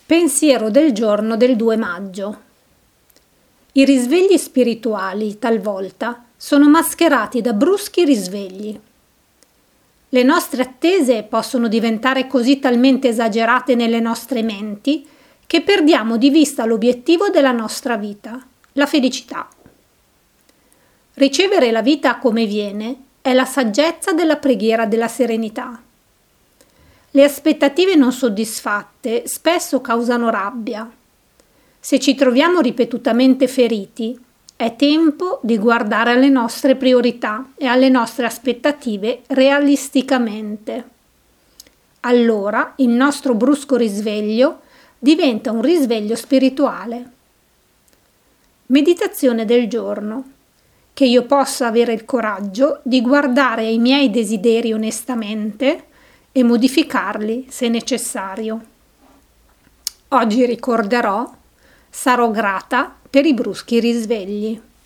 Pensiero del giorno del 2 maggio. I risvegli spirituali, talvolta, sono mascherati da bruschi risvegli. Le nostre attese possono diventare così talmente esagerate nelle nostre menti che perdiamo di vista l'obiettivo della nostra vita, la felicità. Ricevere la vita come viene è la saggezza della preghiera della serenità. Le aspettative non soddisfatte spesso causano rabbia. Se ci troviamo ripetutamente feriti, è tempo di guardare alle nostre priorità e alle nostre aspettative realisticamente. Allora il nostro brusco risveglio diventa un risveglio spirituale. Meditazione del giorno. Che io possa avere il coraggio di guardare ai miei desideri onestamente e modificarli se necessario. Oggi ricorderò: sarò grata per i bruschi risvegli.